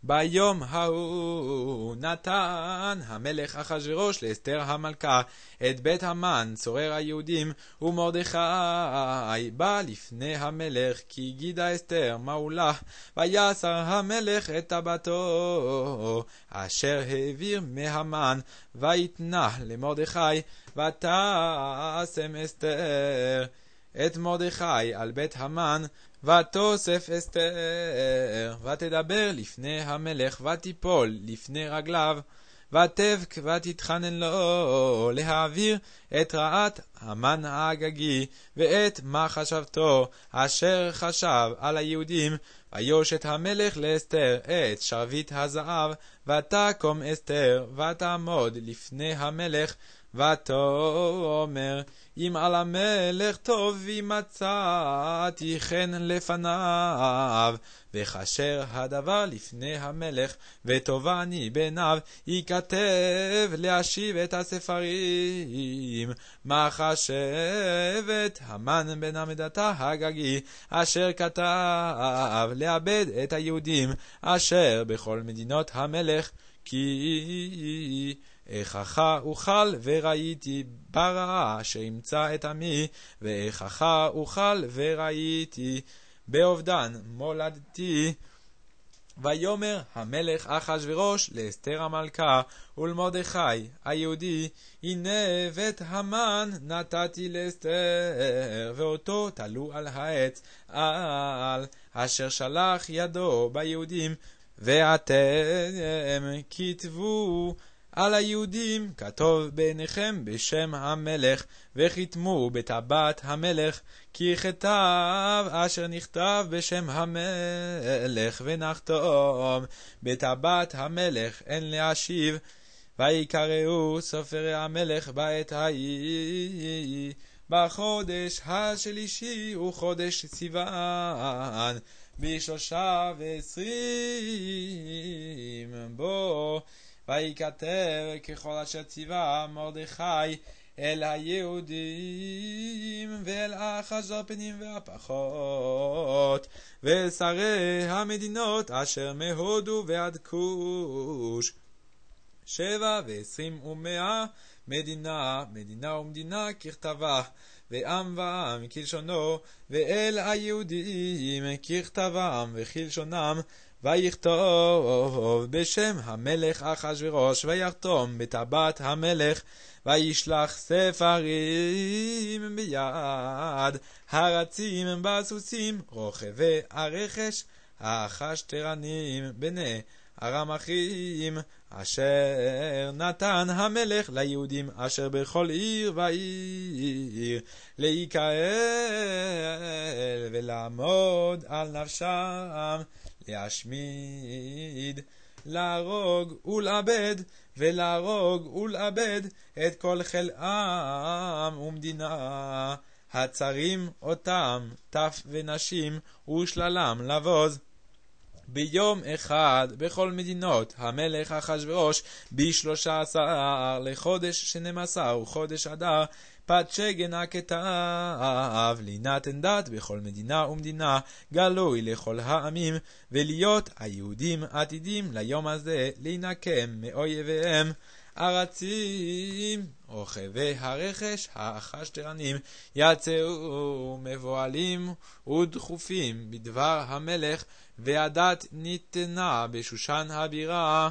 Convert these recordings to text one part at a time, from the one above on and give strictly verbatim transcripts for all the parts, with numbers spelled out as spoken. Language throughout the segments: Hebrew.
ביום ההוא נתן המלך אחשוורוש לאסתר המלכה את בית המן צורר היהודים, ומרדכי בא לפני המלך כי הגידה אסתר מעולה, ויסר המלך את טבעתו אשר העביר מהמן, ויתנה למרדכי, ותשם אסתר את מרדכי על בית המן, ותוסף אסתר, ותדבר לפני המלך, ותיפול לפני רגליו, ותבק ותתחנן לו להעביר את רעת המן האגגי, ואת מחשבתו אשר חשב על היהודים. ויושת המלך לאסתר את שרביט הזהב, ותקום אסתר ותעמוד לפני המלך, ותאמר, אם על המלך טוב ומצאתי חן לפניו, וכאשר הדבר לפני המלך וטובה אני בעיניו, ייכתב להשיב את הספרים. מחשבת המן בן המדתה הגגי, אשר כתב לאבד את היהודים אשר בכל מדינות המלך, כי איכך אוכל וראיתי ברעה שימצא את עמי, ואיכך אוכל וראיתי באובדן מולדתי. ויאמר המלך אחשוורוש לאסתר המלכה ולמרדכי היהודי, הנה בית המן נתתי לאסתר, ואותו תלו על העץ על אשר שלח ידו ביהודים, ואתם כתבו על היהודים כתוב בעיניכם בשם המלך, וכתמו בטבעת המלך, כי כתב אשר נכתב בשם המלך, ונחתום בטבעת המלך אין להשיב. ויקראו סופרי המלך בעת ההיא בחודש השלישי וחודש סיוון, בשלושה ועשרים בו, ויקטר ככל אשר ציווה מרדכי אל היהודים, ואל אחשוורוש פנים והפחות, ואל שרי המדינות אשר מהודו ועד כוש, שבע ועשרים ומאה מדינה, מדינה ומדינה ככתבה, ועם ועם כלשונו, ואל היהודים ככתבם וכלשונם. ויכתוב בשם המלך אחשוורוש, ויחתום בטבעת המלך, וישלח ספרים ביד הרצים בסוסים, רוכבי הרכש האחשתרנים בני הרמחים, אשר נתן המלך ליהודים אשר בכל עיר ועיר, להיקהל ולעמוד על נפשם, להשמיד, להרוג ולאבד, ולהרוג ולאבד את כל חיל עם ומדינה, הצרים אותם טף ונשים ושללם לבוז. ביום אחד בכל מדינות המלך אחשוורוש, בשלושה עשר לחודש שנים עשר וחודש אדר, פתשגן הכתב, לינתן דת בכל מדינה ומדינה, גלוי לכל העמים, ולהיות היהודים עתידים ליום הזה להינקם מאויביהם. ארצים רוכבי הרכש האחשתרנים יצאו מבועלים ודחופים בדבר המלך, והדת ניתנה בשושן הבירה.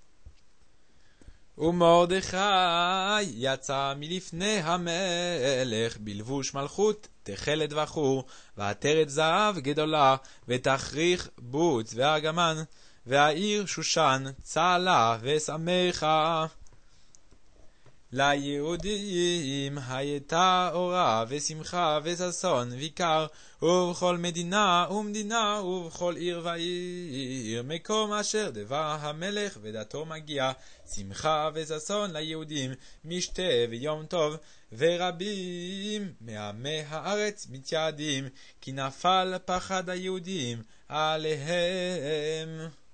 ומרדכי יצא מלפני המלך בלבוש מלכות תכלת וחור, ועטרת זהב גדולה, ותכריך בוץ וארגמן, והעיר שושן צהלה ושמחה. ליהודים הייתה אורה ושמחה וששון ויקר, ובכל מדינה ומדינה ובכל עיר ועיר, מקום אשר דבר המלך ודתו מגיע, שמחה וששון ליהודים, משתה ויום טוב, ורבים מעמי הארץ מתייעדים, כי נפל פחד היהודים עליהם.